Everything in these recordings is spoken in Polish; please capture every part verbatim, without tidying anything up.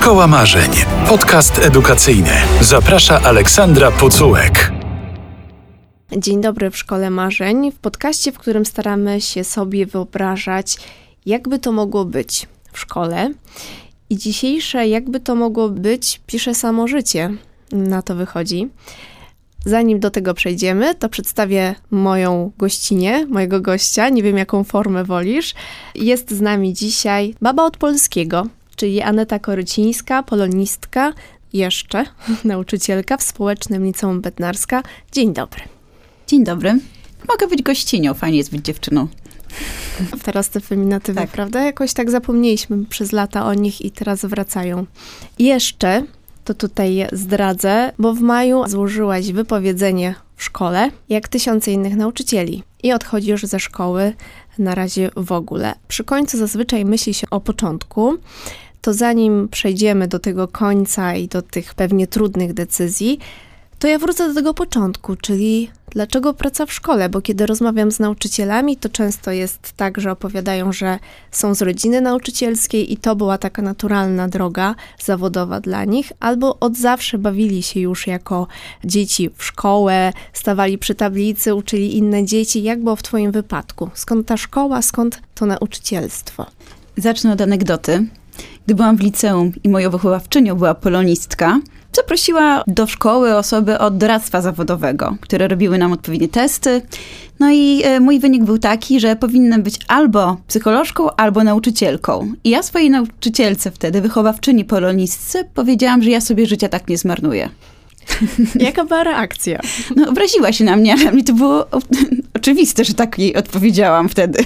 Szkoła Marzeń. Podcast edukacyjny. Zaprasza Aleksandra Pucułek. Dzień dobry w Szkole Marzeń. W podcaście, w którym staramy się sobie wyobrażać, jakby to mogło być w szkole. I dzisiejsze jakby to mogło być, pisze samo życie. Na to wychodzi. Zanim do tego przejdziemy, to przedstawię moją gościnię, mojego gościa. Nie wiem, jaką formę wolisz. Jest z nami dzisiaj baba od polskiego, czyli Aneta Korycińska, polonistka, jeszcze nauczycielka w Społecznym Liceum Bednarska. Dzień dobry. Dzień dobry. Mogę być gościnią, fajnie jest być dziewczyną. Teraz te feminatywy, tak. Prawda? Jakoś tak zapomnieliśmy przez lata o nich i teraz wracają. Jeszcze, to tutaj zdradzę, bo w maju złożyłaś wypowiedzenie w szkole, jak tysiące innych nauczycieli. I odchodzisz ze szkoły na razie w ogóle. Przy końcu zazwyczaj myśli się o początku, to zanim przejdziemy do tego końca i do tych pewnie trudnych decyzji, to ja wrócę do tego początku, czyli dlaczego praca w szkole? Bo kiedy rozmawiam z nauczycielami, to często jest tak, że opowiadają, że są z rodziny nauczycielskiej i to była taka naturalna droga zawodowa dla nich, albo od zawsze bawili się już jako dzieci w szkołę, stawali przy tablicy, uczyli inne dzieci. Jak było w twoim wypadku? Skąd ta szkoła, skąd to nauczycielstwo? Zacznę od anegdoty. Gdy byłam w liceum i moją wychowawczynią była polonistka, zaprosiła do szkoły osoby od doradztwa zawodowego, które robiły nam odpowiednie testy. No i e, mój wynik był taki, że powinnam być albo psycholożką, albo nauczycielką. I ja swojej nauczycielce wtedy, wychowawczyni polonistce, powiedziałam, że ja sobie życia tak nie zmarnuję. Jaka była reakcja? No, obraziła się na mnie, ale mi to było o, oczywiste, że tak jej odpowiedziałam wtedy.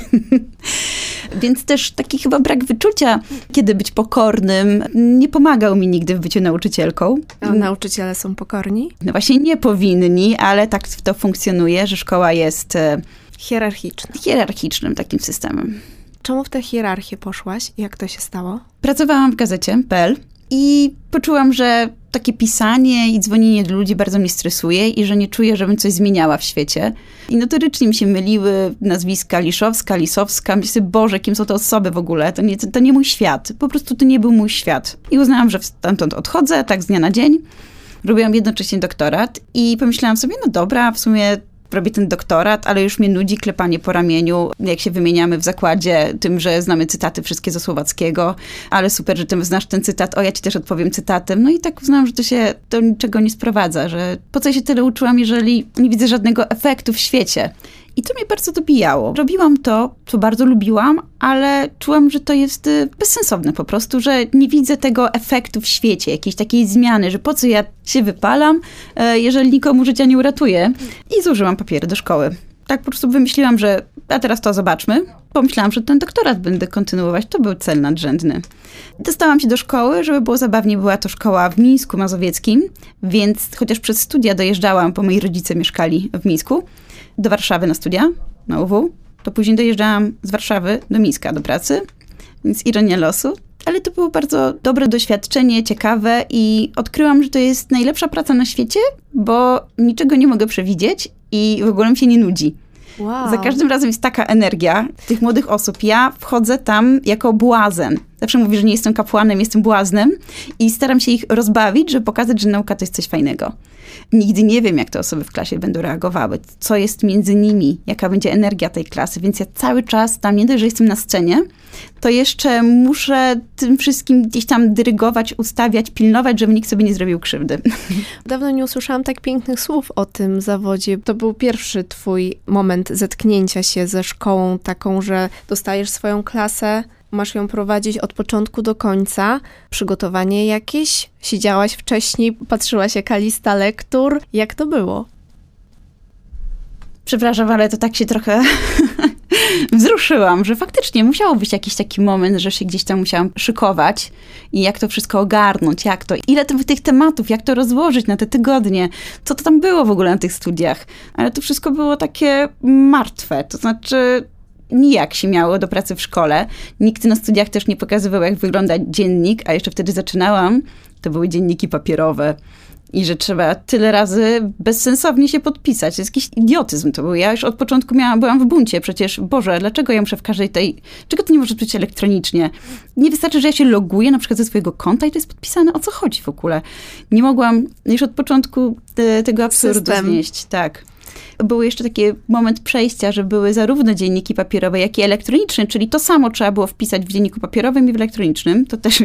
Więc też taki chyba brak wyczucia, kiedy być pokornym, nie pomagał mi nigdy w byciu nauczycielką. A nauczyciele są pokorni? No właśnie nie powinni, ale tak to funkcjonuje, że szkoła jest hierarchiczna. Hierarchicznym takim systemem. Czemu w tę hierarchię poszłaś? Jak to się stało? Pracowałam w gazecie kropka pe el i poczułam, że takie pisanie i dzwonienie do ludzi bardzo mnie stresuje i że nie czuję, żebym coś zmieniała w świecie. I notorycznie mi się myliły nazwiska Liszowska, Lisowska. Myślę sobie, Boże, kim są te osoby w ogóle? To nie, to, to nie mój świat. Po prostu to nie był mój świat. I uznałam, że stamtąd odchodzę, tak z dnia na dzień. Robiłam jednocześnie doktorat i pomyślałam sobie, no dobra, w sumie robię ten doktorat, ale już mnie nudzi klepanie po ramieniu, jak się wymieniamy w zakładzie tym, że znamy cytaty wszystkie ze Słowackiego, ale super, że ty znasz ten cytat, o ja ci też odpowiem cytatem. No i tak uznałam, że to się do niczego nie sprowadza, że po co się tyle uczyłam, jeżeli nie widzę żadnego efektu w świecie. I to mnie bardzo dobijało. Robiłam to, co bardzo lubiłam, ale czułam, że to jest bezsensowne po prostu, że nie widzę tego efektu w świecie, jakiejś takiej zmiany, że po co ja się wypalam, jeżeli nikomu życia nie uratuję. I złożyłam papiery do szkoły. Tak po prostu wymyśliłam, że a teraz to zobaczmy. Pomyślałam, że ten doktorat będę kontynuować. To był cel nadrzędny. Dostałam się do szkoły, żeby było zabawnie. Była to szkoła w Mińsku Mazowieckim, więc chociaż przez studia dojeżdżałam, bo moi rodzice mieszkali w Mińsku, do Warszawy na studia, na u wu, to później dojeżdżałam z Warszawy do Mińska do pracy, więc ironia losu. Ale to było bardzo dobre doświadczenie, ciekawe i odkryłam, że to jest najlepsza praca na świecie, bo niczego nie mogę przewidzieć i w ogóle mi się nie nudzi. Wow. Za każdym razem jest taka energia tych młodych osób. Ja wchodzę tam jako błazen. Zawsze mówię, że nie jestem kapłanem, jestem błaznem i staram się ich rozbawić, żeby pokazać, że nauka to jest coś fajnego. Nigdy nie wiem, jak te osoby w klasie będą reagowały, co jest między nimi, jaka będzie energia tej klasy, więc ja cały czas tam, nie dość, że jestem na scenie, to jeszcze muszę tym wszystkim gdzieś tam dyrygować, ustawiać, pilnować, żeby nikt sobie nie zrobił krzywdy. Dawno nie usłyszałam tak pięknych słów o tym zawodzie. To był pierwszy twój moment zetknięcia się ze szkołą taką, że dostajesz swoją klasę, masz ją prowadzić od początku do końca. Przygotowanie jakieś? Siedziałaś wcześniej, patrzyłaś jaka lista lektur. Jak to było? Przepraszam, ale to tak się trochę wzruszyłam, że faktycznie musiał być jakiś taki moment, że się gdzieś tam musiałam szykować i jak to wszystko ogarnąć, jak to, ile tych, tych tematów, jak to rozłożyć na te tygodnie, co to tam było w ogóle na tych studiach. Ale to wszystko było takie martwe, to znaczy nijak się miało do pracy w szkole. Nikt na studiach też nie pokazywał, jak wygląda dziennik, a jeszcze wtedy zaczynałam to były dzienniki papierowe. I że trzeba tyle razy bezsensownie się podpisać. To jest jakiś idiotyzm to był. Ja już od początku miałam, byłam w buncie. Przecież, Boże, dlaczego ja muszę w każdej tej... Czego to nie może być elektronicznie? Nie wystarczy, że ja się loguję na przykład ze swojego konta i to jest podpisane. O co chodzi w ogóle? Nie mogłam już od początku te, tego absurdu System. znieść. Tak. Był jeszcze taki moment przejścia, że były zarówno dzienniki papierowe, jak i elektroniczne, czyli to samo trzeba było wpisać w dzienniku papierowym i w elektronicznym. To też...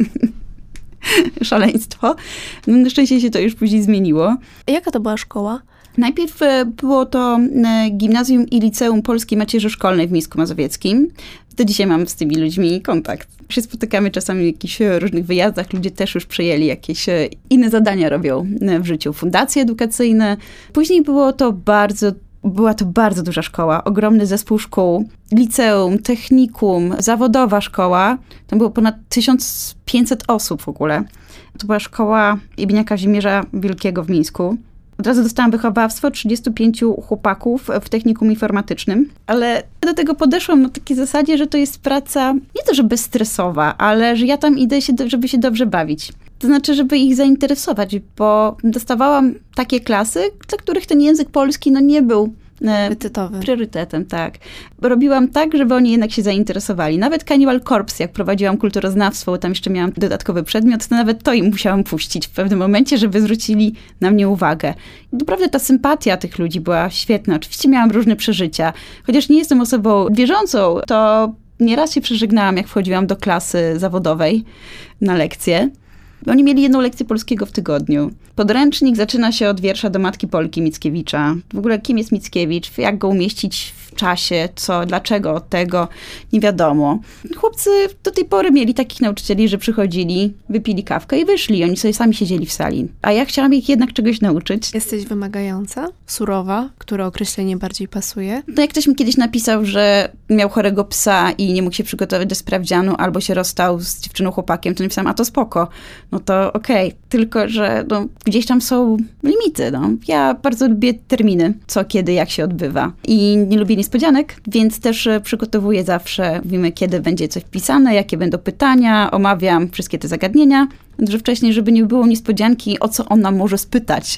szaleństwo. No, na szczęście się to już później zmieniło. Jaka to była szkoła? Najpierw było to Gimnazjum i Liceum Polskiej Macierzy Szkolnej w Mińsku Mazowieckim. Do dzisiaj mam z tymi ludźmi kontakt. Się spotykamy czasami w jakichś różnych wyjazdach. Ludzie też już przejęli jakieś inne zadania, robią w życiu. Fundacje edukacyjne. Później było to bardzo Była to bardzo duża szkoła, ogromny zespół szkół, liceum, technikum, zawodowa szkoła. Tam było ponad tysiąc pięćset osób w ogóle. To była szkoła imienia Kazimierza Wielkiego w Mińsku. Od razu dostałam wychowawstwo trzydziestu pięciu chłopaków w technikum informatycznym, ale do tego podeszłam na takiej zasadzie, że to jest praca nie to, że bezstresowa, ale że ja tam idę, się, żeby się dobrze bawić. To znaczy, żeby ich zainteresować, bo dostawałam takie klasy, dla których ten język polski no nie był Wytytowy. priorytetem, tak. Robiłam tak, żeby oni jednak się zainteresowali. Nawet Cannibal Corpse, jak prowadziłam kulturoznawstwo, tam jeszcze miałam dodatkowy przedmiot, to nawet to im musiałam puścić w pewnym momencie, żeby zwrócili na mnie uwagę. I naprawdę ta sympatia tych ludzi była świetna. Oczywiście miałam różne przeżycia. Chociaż nie jestem osobą wierzącą, to nieraz się przeżegnałam, jak wchodziłam do klasy zawodowej na lekcję. Oni mieli jedną lekcję polskiego w tygodniu. Podręcznik zaczyna się od wiersza do Matki Polki Mickiewicza. W ogóle kim jest Mickiewicz, jak go umieścić w czasie, co, dlaczego od tego, nie wiadomo. Chłopcy do tej pory mieli takich nauczycieli, że przychodzili, wypili kawkę i wyszli. Oni sobie sami siedzieli w sali. A ja chciałam ich jednak czegoś nauczyć. Jesteś wymagająca, surowa, które określenie bardziej pasuje? No jak ktoś mi kiedyś napisał, że miał chorego psa i nie mógł się przygotować do sprawdzianu, albo się rozstał z dziewczyną chłopakiem, to napisałam, a to spoko. No to okej. Okay. Tylko, że no, gdzieś tam są limity. No. Ja bardzo lubię terminy, co, kiedy, jak się odbywa. I nie lubię niespodzianek, więc też przygotowuję zawsze, mówimy, kiedy będzie coś wpisane, jakie będą pytania, omawiam wszystkie te zagadnienia, że wcześniej, żeby nie było niespodzianki, o co ona może spytać.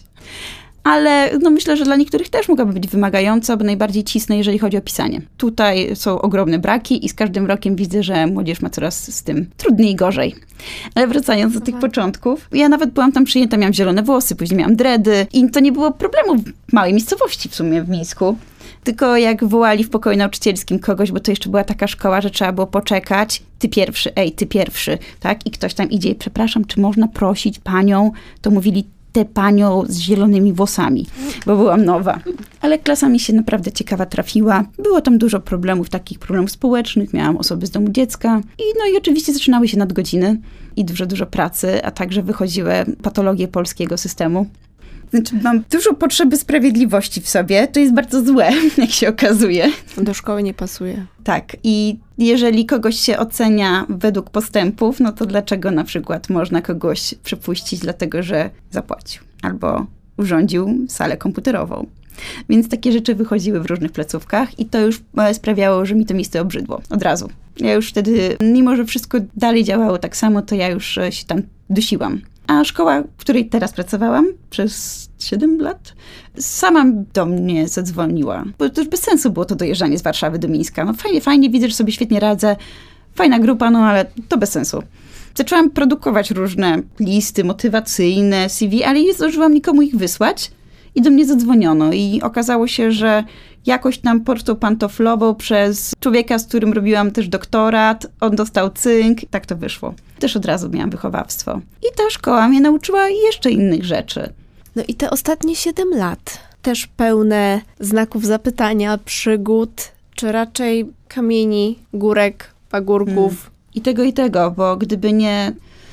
Ale no myślę, że dla niektórych też mogłaby być wymagająca, bo najbardziej cisnę, jeżeli chodzi o pisanie. Tutaj są ogromne braki i z każdym rokiem widzę, że młodzież ma coraz z tym trudniej i gorzej. Ale wracając do tych początków, ja nawet byłam tam przyjęta, miałam zielone włosy, później miałam dredy i to nie było problemu w małej miejscowości w sumie w Mińsku. Tylko jak wołali w pokoju nauczycielskim kogoś, bo to jeszcze była taka szkoła, że trzeba było poczekać, ty pierwszy, ej, ty pierwszy, tak? I ktoś tam idzie, przepraszam, czy można prosić panią? To mówili tę panią z zielonymi włosami, bo byłam nowa. Ale klasa mi się naprawdę ciekawa trafiła. Było tam dużo problemów, takich problemów społecznych. Miałam osoby z domu dziecka. I no i oczywiście zaczynały się nadgodziny i dużo, dużo pracy, a także wychodziły patologie polskiego systemu. Znaczy, mam dużo potrzeby sprawiedliwości w sobie. To jest bardzo złe, jak się okazuje. Do szkoły nie pasuje. Tak. I jeżeli kogoś się ocenia według postępów, no to dlaczego na przykład można kogoś przepuścić dlatego, że zapłacił albo urządził salę komputerową. Więc takie rzeczy wychodziły w różnych placówkach i to już sprawiało, że mi to miejsce obrzydło. Od razu. Ja już wtedy, mimo że wszystko dalej działało tak samo, to ja już się tam dusiłam. A szkoła, w której teraz pracowałam przez siedem lat, sama do mnie zadzwoniła. Bo to już bez sensu było to dojeżdżanie z Warszawy do Mińska. No fajnie, fajnie, widzę, że sobie świetnie radzę. Fajna grupa, no ale to bez sensu. Zaczęłam produkować różne listy motywacyjne, C V, ale nie zdążyłam nikomu ich wysłać. I do mnie zadzwoniono i okazało się, że jakoś tam pocztą pantoflową przez człowieka, z którym robiłam też doktorat, on dostał cynk, tak to wyszło. Też od razu miałam wychowawstwo. I ta szkoła mnie nauczyła jeszcze innych rzeczy. No i te ostatnie siedem lat, też pełne znaków zapytania, przygód, czy raczej kamieni, górek, pagórków? Hmm. I tego, i tego, bo gdyby nie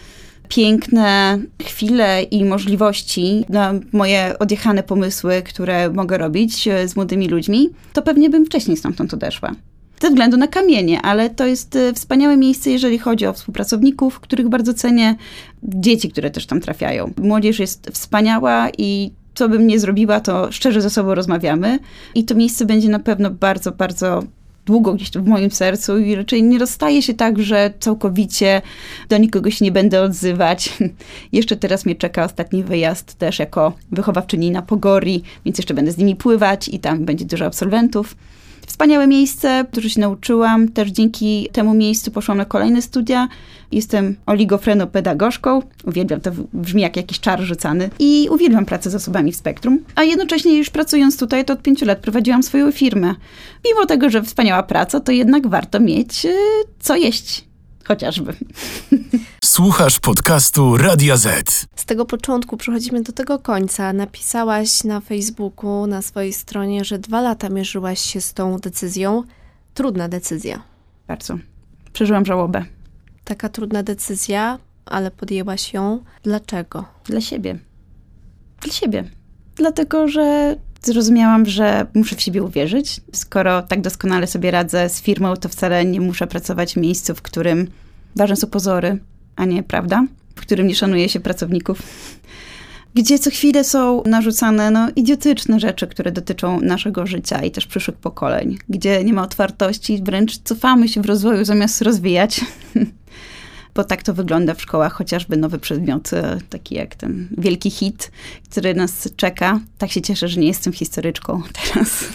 piękne chwile i możliwości na moje odjechane pomysły, które mogę robić z młodymi ludźmi, to pewnie bym wcześniej stamtąd odeszła. Ze względu na kamienie, ale to jest wspaniałe miejsce, jeżeli chodzi o współpracowników, których bardzo cenię, dzieci, które też tam trafiają. Młodzież jest wspaniała i co bym nie zrobiła, to szczerze ze sobą rozmawiamy i to miejsce będzie na pewno bardzo, bardzo długo gdzieś tu w moim sercu i raczej nie rozstaje się tak, że całkowicie do nikogo się nie będę odzywać. Jeszcze teraz mnie czeka ostatni wyjazd też jako wychowawczyni na Pogori, więc jeszcze będę z nimi pływać i tam będzie dużo absolwentów. Wspaniałe miejsce, dużo się nauczyłam. Też dzięki temu miejscu poszłam na kolejne studia. Jestem oligofrenopedagogzką. Uwielbiam, to brzmi jak jakiś czar rzucany. I uwielbiam pracę z osobami w spektrum. A jednocześnie już pracując tutaj, to od pięciu lat prowadziłam swoją firmę. Mimo tego, że wspaniała praca, to jednak warto mieć yy, co jeść. Chociażby. Słuchasz podcastu Radia Z. Z tego początku przechodzimy do tego końca. Napisałaś na Facebooku, na swojej stronie, że dwa lata mierzyłaś się z tą decyzją. Trudna decyzja. Bardzo. Przeżyłam żałobę. Taka trudna decyzja, ale podjęłaś ją. Dlaczego? Dla siebie. Dla siebie. Dlatego, że zrozumiałam, że muszę w siebie uwierzyć. Skoro tak doskonale sobie radzę z firmą, to wcale nie muszę pracować w miejscu, w którym ważne są pozory, a nie prawda, w którym nie szanuje się pracowników. Gdzie co chwilę są narzucane no, idiotyczne rzeczy, które dotyczą naszego życia i też przyszłych pokoleń. Gdzie nie ma otwartości, wręcz cofamy się w rozwoju zamiast rozwijać. Bo tak to wygląda w szkołach, chociażby nowy przedmiot, taki jak ten wielki hit, który nas czeka. Tak się cieszę, że nie jestem historyczką teraz.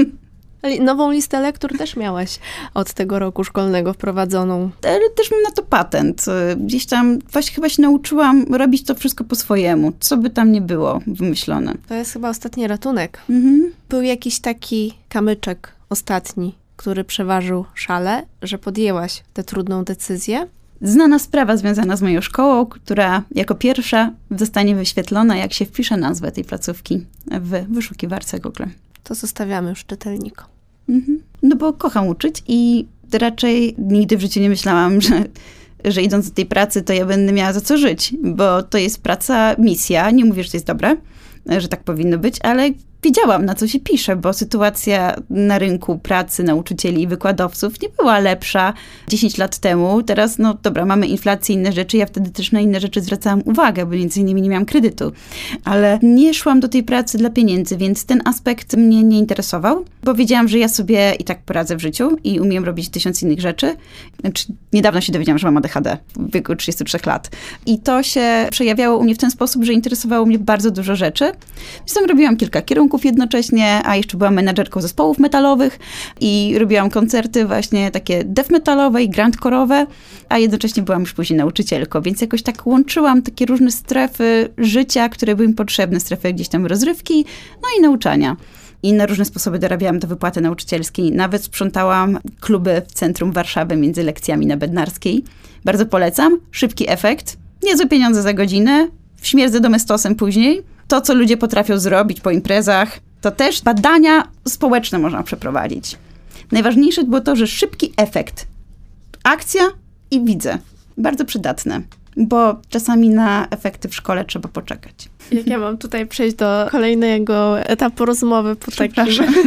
Ale nową listę lektur też miałaś od tego roku szkolnego wprowadzoną. Ale też mam na to patent. Gdzieś tam właśnie chyba się nauczyłam robić to wszystko po swojemu, co by tam nie było wymyślone. To jest chyba ostatni ratunek. Mhm. Był jakiś taki kamyczek ostatni, który przeważył szale, że podjęłaś tę trudną decyzję? Znana sprawa związana z moją szkołą, która jako pierwsza zostanie wyświetlona, jak się wpisze nazwę tej placówki w wyszukiwarce Google. To zostawiamy już czytelnikom. Mhm. No bo kocham uczyć i raczej nigdy w życiu nie myślałam, że, że idąc do tej pracy, to ja będę miała za co żyć, bo to jest praca, misja. Nie mówię, że to jest dobre, że tak powinno być, ale wiedziałam, na co się pisze, bo sytuacja na rynku pracy nauczycieli i wykładowców nie była lepsza dziesięć lat temu. Teraz, no dobra, mamy inflację i inne rzeczy. Ja wtedy też na inne rzeczy zwracałam uwagę, bo między innymi nie miałam kredytu. Ale nie szłam do tej pracy dla pieniędzy, więc ten aspekt mnie nie interesował, bo wiedziałam, że ja sobie i tak poradzę w życiu i umiem robić tysiąc innych rzeczy. Znaczy, niedawno się dowiedziałam, że mam A D H D w wieku trzydziestu trzech lat. I to się przejawiało u mnie w ten sposób, że interesowało mnie bardzo dużo rzeczy. Więc tam robiłam kilka kierunków jednocześnie, a jeszcze byłam menadżerką zespołów metalowych i robiłam koncerty właśnie takie death metalowe i grindcore'owe, a jednocześnie byłam już później nauczycielką, więc jakoś tak łączyłam takie różne strefy życia, które były mi potrzebne, strefy gdzieś tam rozrywki, no i nauczania. I na różne sposoby dorabiałam do wypłaty nauczycielskiej. Nawet sprzątałam kluby w centrum Warszawy między lekcjami na Bednarskiej. Bardzo polecam. Szybki efekt. Niezłe pieniądze za godzinę. Śmierdzę domestosem później. To, co ludzie potrafią zrobić po imprezach, to też badania społeczne można przeprowadzić. Najważniejsze było to, że szybki efekt. Akcja i widzę. Bardzo przydatne, bo czasami na efekty w szkole trzeba poczekać. Jak ja mam tutaj przejść do kolejnego etapu rozmowy po, takim,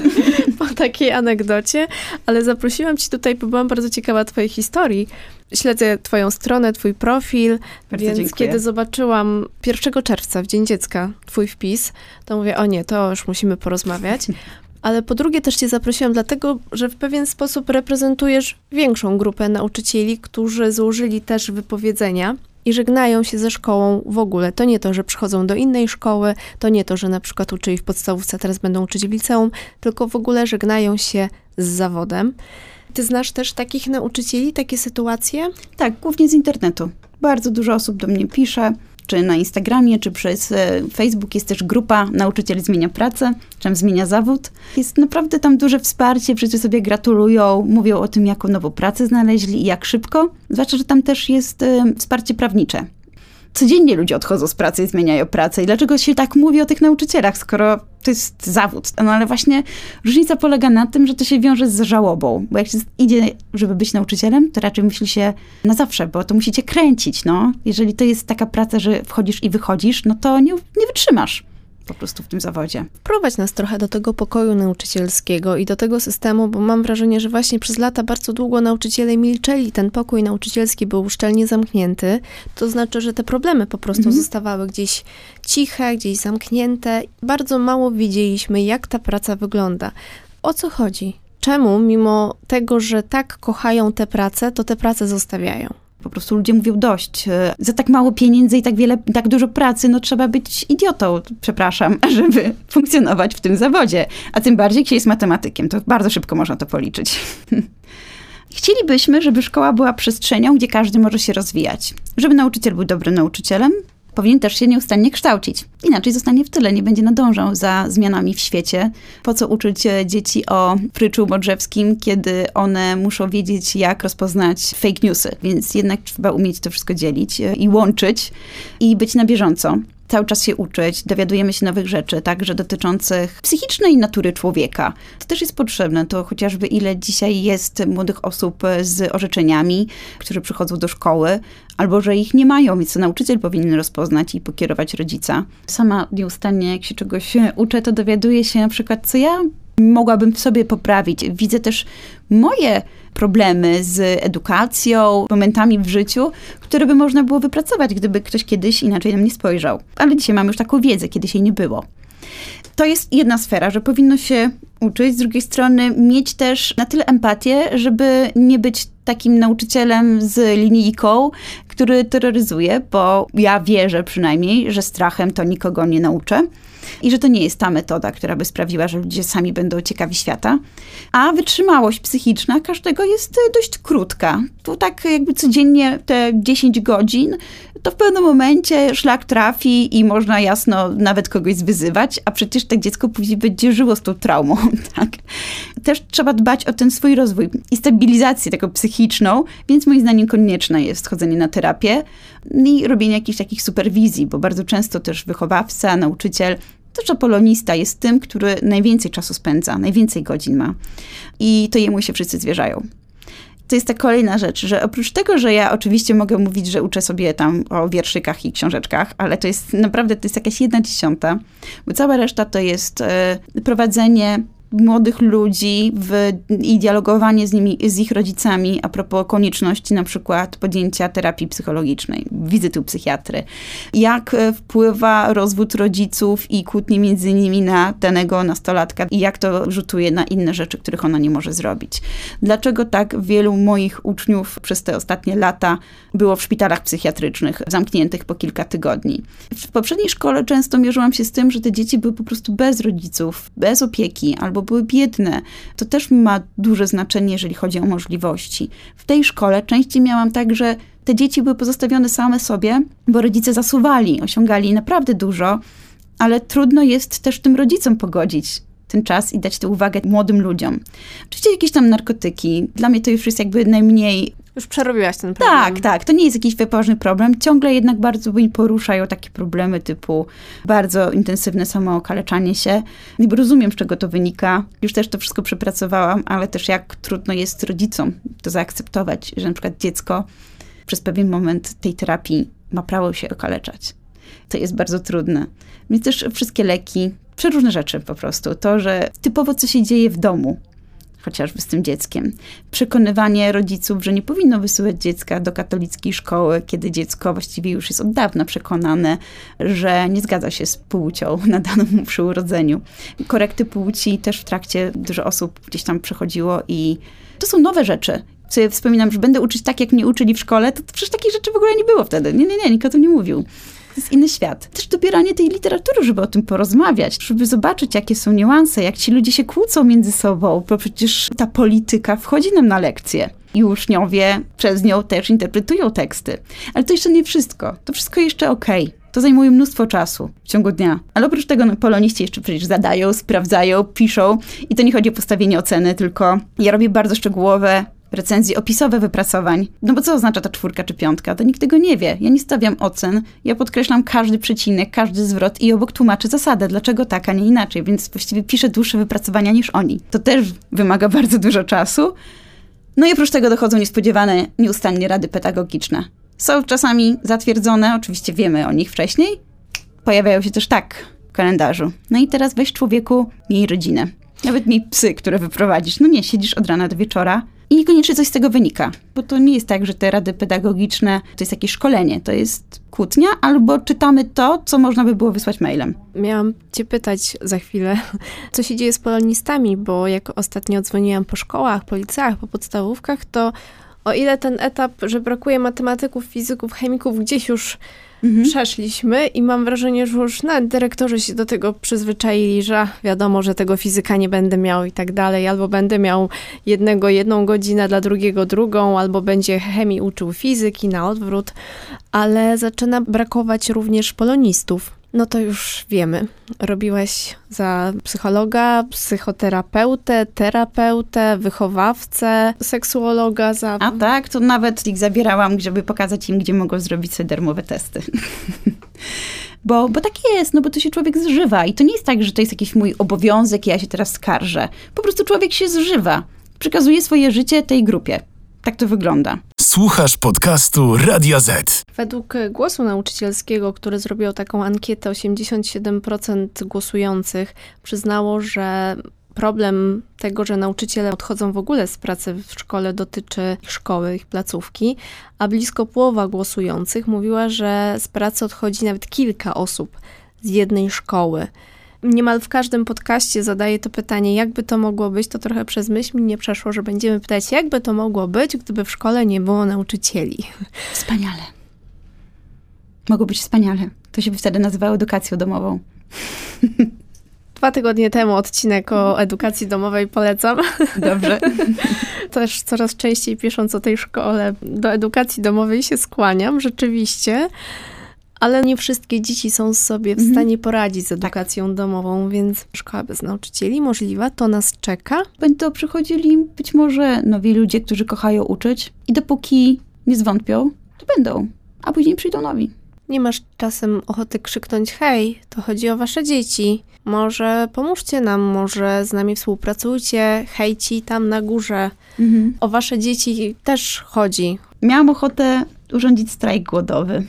po takiej anegdocie, ale zaprosiłam cię tutaj, bo byłam bardzo ciekawa twojej historii. Śledzę twoją stronę, twój profil, Bardzo więc dziękuję. kiedy zobaczyłam pierwszego czerwca, w Dzień Dziecka, twój wpis, to mówię, o nie, to już musimy porozmawiać. Ale po drugie też cię zaprosiłam dlatego, że w pewien sposób reprezentujesz większą grupę nauczycieli, którzy złożyli też wypowiedzenia i żegnają się ze szkołą w ogóle. To nie to, że przychodzą do innej szkoły, to nie to, że na przykład uczyli w podstawówce, a teraz będą uczyć w liceum, tylko w ogóle żegnają się z zawodem. Ty znasz też takich nauczycieli, takie sytuacje? Tak, głównie z internetu. Bardzo dużo osób do mnie pisze, czy na Instagramie, czy przez e, Facebook. Jest też grupa Nauczyciel Zmienia Pracę, czym zmienia zawód. Jest naprawdę tam duże wsparcie, wszyscy sobie gratulują, mówią o tym, jaką nową pracę znaleźli i jak szybko. Zwłaszcza, że tam też jest e, wsparcie prawnicze. Codziennie ludzie odchodzą z pracy i zmieniają pracę. I dlaczego się tak mówi o tych nauczycielach, skoro to jest zawód? No ale właśnie różnica polega na tym, że to się wiąże z żałobą. Bo jak się idzie, żeby być nauczycielem, to raczej myśli się na zawsze, bo to musicie kręcić, no. Jeżeli to jest taka praca, że wchodzisz i wychodzisz, no to nie, nie wytrzymasz po prostu w tym zawodzie. Wprowadź nas trochę do tego pokoju nauczycielskiego i do tego systemu, bo mam wrażenie, że właśnie przez lata bardzo długo nauczyciele milczeli. Ten pokój nauczycielski był szczelnie zamknięty. To znaczy, że te problemy po prostu mhm. zostawały gdzieś ciche, gdzieś zamknięte. Bardzo mało wiedzieliśmy, jak ta praca wygląda. O co chodzi? czemu mimo tego, że tak kochają tę pracę, to tę pracę zostawiają. Po prostu ludzie mówią dość. Za tak mało pieniędzy i tak wiele, tak dużo pracy, no trzeba być idiotą, przepraszam, żeby funkcjonować w tym zawodzie. A tym bardziej, jak się jest matematykiem, to bardzo szybko można to policzyć. Chcielibyśmy, żeby szkoła była przestrzenią, gdzie każdy może się rozwijać. Żeby nauczyciel był dobrym nauczycielem, powinien też się nieustannie kształcić. Inaczej zostanie w tyle, nie będzie nadążał za zmianami w świecie. Po co uczyć dzieci o pryczu modrzewskim, kiedy one muszą wiedzieć, jak rozpoznać fake newsy. Więc jednak trzeba umieć to wszystko dzielić i łączyć i być na bieżąco. Cały czas się uczyć, dowiadujemy się nowych rzeczy, także dotyczących psychicznej natury człowieka. To też jest potrzebne, to chociażby ile dzisiaj jest młodych osób z orzeczeniami, którzy przychodzą do szkoły, albo że ich nie mają, więc to nauczyciel powinien rozpoznać i pokierować rodzica. Sama nieustannie, jak się czegoś uczę, to dowiaduję się na przykład, co ja mogłabym w sobie poprawić. Widzę też moje problemy z edukacją, momentami w życiu, które by można było wypracować, gdyby ktoś kiedyś inaczej na mnie spojrzał. Ale dzisiaj mam już taką wiedzę, kiedyś jej nie było. To jest jedna sfera, że powinno się uczyć, z drugiej strony mieć też na tyle empatię, żeby nie być takim nauczycielem z linijką, który terroryzuje, bo ja wierzę przynajmniej, że strachem to nikogo nie nauczę. I że to nie jest ta metoda, która by sprawiła, że ludzie sami będą ciekawi świata. A wytrzymałość psychiczna każdego jest dość krótka. Tu tak jakby codziennie te dziesięć godzin, to w pewnym momencie szlak trafi i można jasno nawet kogoś zwyzywać, a przecież tak dziecko później będzie żyło z tą traumą. Tak? Też trzeba dbać o ten swój rozwój i stabilizację taką psychiczną, więc moim zdaniem konieczne jest chodzenie na terapię i robienie jakichś takich superwizji, bo bardzo często też wychowawca, nauczyciel, też polonista jest tym, który najwięcej czasu spędza, najwięcej godzin ma. I to jemu się wszyscy zwierzają. To jest ta kolejna rzecz, że oprócz tego, że ja oczywiście mogę mówić, że uczę sobie tam o wierszykach i książeczkach, ale to jest naprawdę, to jest jakaś jedna dziesiąta, bo cała reszta to jest e, prowadzenie młodych ludzi w, i dialogowanie z nimi, z ich rodzicami a propos konieczności na przykład podjęcia terapii psychologicznej, wizyty u psychiatry. Jak wpływa rozwód rodziców i kłótnie między nimi na danego nastolatka i jak to rzutuje na inne rzeczy, których ona nie może zrobić. Dlaczego tak wielu moich uczniów przez te ostatnie lata było w szpitalach psychiatrycznych, zamkniętych po kilka tygodni. W poprzedniej szkole często mierzyłam się z tym, że te dzieci były po prostu bez rodziców, bez opieki albo były biedne. To też ma duże znaczenie, jeżeli chodzi o możliwości. W tej szkole częściej miałam tak, że te dzieci były pozostawione same sobie, bo rodzice zasuwali, osiągali naprawdę dużo, ale trudno jest też tym rodzicom pogodzić ten czas i dać tę uwagę młodym ludziom. Oczywiście jakieś tam narkotyki. Dla mnie to już jest jakby najmniej... Już przerobiłaś ten problem. Tak, tak. To nie jest jakiś poważny problem. Ciągle jednak bardzo mnie poruszają takie problemy typu bardzo intensywne samookaleczanie się. I rozumiem, z czego to wynika. Już też to wszystko przepracowałam, ale też jak trudno jest rodzicom to zaakceptować, że na przykład dziecko przez pewien moment tej terapii ma prawo się okaleczać. To jest bardzo trudne. Więc też wszystkie leki, przeróżne rzeczy po prostu. To, że typowo co się dzieje w domu, chociażby z tym dzieckiem. Przekonywanie rodziców, że nie powinno wysyłać dziecka do katolickiej szkoły, kiedy dziecko właściwie już jest od dawna przekonane, że nie zgadza się z płcią nadaną mu przy urodzeniu. Korekty płci też w trakcie dużo osób gdzieś tam przechodziło i to są nowe rzeczy. Sobie wspominam, że będę uczyć tak, jak mnie uczyli w szkole, to przecież takich rzeczy w ogóle nie było wtedy. Nie, nie, nie, nikt o tym nie mówił. To jest inny świat. Też dobieranie tej literatury, żeby o tym porozmawiać, żeby zobaczyć, jakie są niuanse, jak ci ludzie się kłócą między sobą, bo przecież ta polityka wchodzi nam na lekcje. I uczniowie przez nią też interpretują teksty. Ale to jeszcze nie wszystko. To wszystko jeszcze okej. Okay. To zajmuje mnóstwo czasu w ciągu dnia. Ale oprócz tego no, poloniści jeszcze przecież zadają, sprawdzają, piszą. I to nie chodzi o postawienie oceny, tylko ja robię bardzo szczegółowe recenzje opisowe wypracowań. No bo co oznacza ta czwórka czy piątka? To nikt tego nie wie. Ja nie stawiam ocen. Ja podkreślam każdy przecinek, każdy zwrot i obok tłumaczę zasadę, dlaczego tak, a nie inaczej. Więc właściwie piszę dłuższe wypracowania niż oni. To też wymaga bardzo dużo czasu. No i oprócz tego dochodzą niespodziewane nieustannie rady pedagogiczne. Są czasami zatwierdzone, oczywiście wiemy o nich wcześniej. Pojawiają się też tak w kalendarzu. No i teraz weź człowieku, miej rodzinę. Nawet miej psy, które wyprowadzisz. No nie, siedzisz od rana do wieczora. I niekoniecznie coś z tego wynika, bo to nie jest tak, że te rady pedagogiczne to jest jakieś szkolenie, to jest kłótnia, albo czytamy to, co można by było wysłać mailem. Miałam cię pytać za chwilę, co się dzieje z polonistami, bo jak ostatnio dzwoniłam po szkołach, po liceach, po podstawówkach, to o ile ten etap, że brakuje matematyków, fizyków, chemików, gdzieś już mhm. przeszliśmy i mam wrażenie, że już nawet dyrektorzy się do tego przyzwyczaili, że wiadomo, że tego fizyka nie będę miał i tak dalej, albo będę miał jednego jedną godzinę, dla drugiego drugą, albo będzie chemii uczył fizyki, na odwrót, ale zaczyna brakować również polonistów. No to już wiemy. Robiłeś za psychologa, psychoterapeutę, terapeutę, wychowawcę, seksuologa za... A tak, to nawet ich zabierałam, żeby pokazać im, gdzie mogą zrobić sobie darmowe testy. Bo, bo tak jest, no bo to się człowiek zżywa. I to nie jest tak, że to jest jakiś mój obowiązek i ja się teraz skarżę. Po prostu człowiek się zżywa. Przekazuje swoje życie tej grupie. Tak to wygląda. Słuchasz podcastu Radia Z. Według Głosu Nauczycielskiego, który zrobił taką ankietę, osiemdziesiąt siedem procent głosujących przyznało, że problem tego, że nauczyciele odchodzą w ogóle z pracy w szkole, dotyczy ich szkoły, ich placówki, a blisko połowa głosujących mówiła, że z pracy odchodzi nawet kilka osób z jednej szkoły. Niemal w każdym podcaście zadaję to pytanie, jakby to mogło być, to trochę przez myśl mi nie przeszło, że będziemy pytać, jakby to mogło być, gdyby w szkole nie było nauczycieli. Wspaniale. Mogło być wspaniale. To się by wtedy nazywało edukacją domową. Dwa tygodnie temu odcinek o edukacji domowej polecam. Dobrze. Też coraz częściej pisząc o tej szkole, do edukacji domowej się skłaniam, rzeczywiście. Ale nie wszystkie dzieci są sobie w stanie poradzić z edukacją tak. domową, więc szkoła bez nauczycieli możliwa, to nas czeka. Będą przychodzili być może nowi ludzie, którzy kochają uczyć i dopóki nie zwątpią, to będą, a później przyjdą nowi. Nie masz czasem ochoty krzyknąć, hej, to chodzi o wasze dzieci, może pomóżcie nam, może z nami współpracujcie, hej ci tam na górze, mhm. o wasze dzieci też chodzi. Miałam ochotę urządzić strajk głodowy.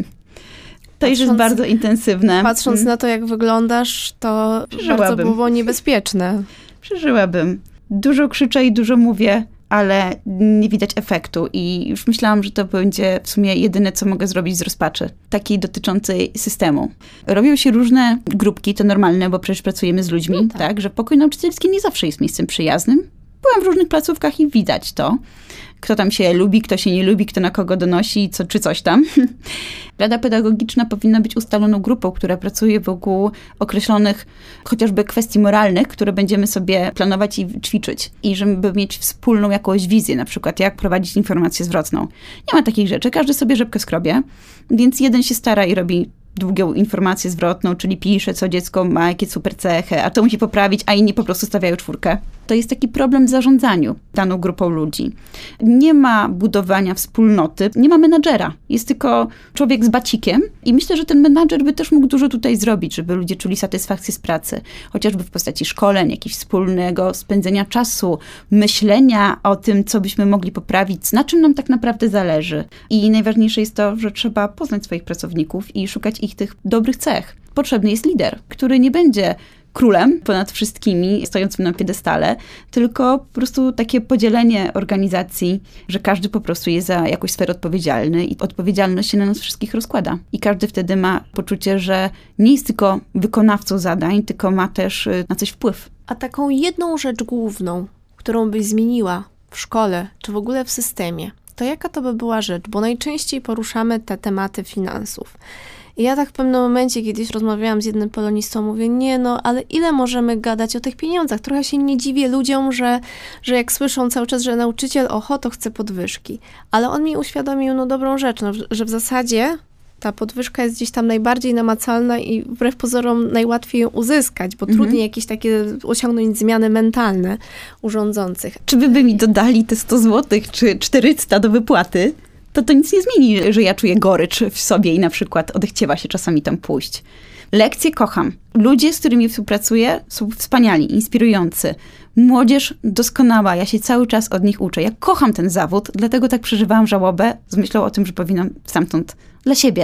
To już jest bardzo intensywne. Patrząc hmm. na to, jak wyglądasz, to bardzo było niebezpieczne. Przeżyłabym. Dużo krzyczę i dużo mówię, ale nie widać efektu. I już myślałam, że to będzie w sumie jedyne, co mogę zrobić z rozpaczy. Takiej dotyczącej systemu. Robią się różne grupki, to normalne, bo przecież pracujemy z ludźmi, no tak. tak, że pokój nauczycielski nie zawsze jest miejscem przyjaznym. Byłam w różnych placówkach i widać to. Kto tam się lubi, kto się nie lubi, kto na kogo donosi, co, czy coś tam. Rada pedagogiczna powinna być ustaloną grupą, która pracuje wokół określonych chociażby kwestii moralnych, które będziemy sobie planować i ćwiczyć. I żeby mieć wspólną jakąś wizję, na przykład jak prowadzić informację zwrotną. Nie ma takich rzeczy, każdy sobie rzepkę skrobie, więc jeden się stara i robi długą informację zwrotną, czyli pisze, co dziecko ma, jakie super cechy, a to musi poprawić, a inni po prostu stawiają czwórkę. To jest taki problem w zarządzaniu daną grupą ludzi. Nie ma budowania wspólnoty, nie ma menadżera. Jest tylko człowiek z bacikiem i myślę, że ten menadżer by też mógł dużo tutaj zrobić, żeby ludzie czuli satysfakcję z pracy. Chociażby w postaci szkoleń, jakiegoś wspólnego spędzenia czasu, myślenia o tym, co byśmy mogli poprawić, na czym nam tak naprawdę zależy. I najważniejsze jest to, że trzeba poznać swoich pracowników i szukać ich tych dobrych cech. Potrzebny jest lider, który nie będzie królem ponad wszystkimi, stojącym na piedestale, tylko po prostu takie podzielenie organizacji, że każdy po prostu jest za jakąś sferę odpowiedzialny i odpowiedzialność się na nas wszystkich rozkłada. I każdy wtedy ma poczucie, że nie jest tylko wykonawcą zadań, tylko ma też na coś wpływ. A taką jedną rzecz główną, którą byś zmieniła w szkole, czy w ogóle w systemie, to jaka to by była rzecz? Bo najczęściej poruszamy te tematy finansów. I ja tak w pewnym momencie kiedyś rozmawiałam z jednym polonistą, mówię, nie no, ale ile możemy gadać o tych pieniądzach? Trochę się nie dziwię ludziom, że, że jak słyszą cały czas, że nauczyciel, oho, to chce podwyżki. Ale on mi uświadomił, no dobrą rzecz, no, że w zasadzie ta podwyżka jest gdzieś tam najbardziej namacalna i wbrew pozorom najłatwiej ją uzyskać, bo mhm. trudniej jakieś takie osiągnąć zmiany mentalne u rządzących. Czy by, by mi dodali te sto złotych czy czterysta do wypłaty? To to nic nie zmieni, że ja czuję gorycz w sobie i na przykład odechciewa się czasami tam pójść. Lekcje kocham. Ludzie, z którymi współpracuję, są wspaniali, inspirujący. Młodzież doskonała, ja się cały czas od nich uczę. Ja kocham ten zawód, dlatego tak przeżywałam żałobę z myślą o tym, że powinnam stamtąd dla siebie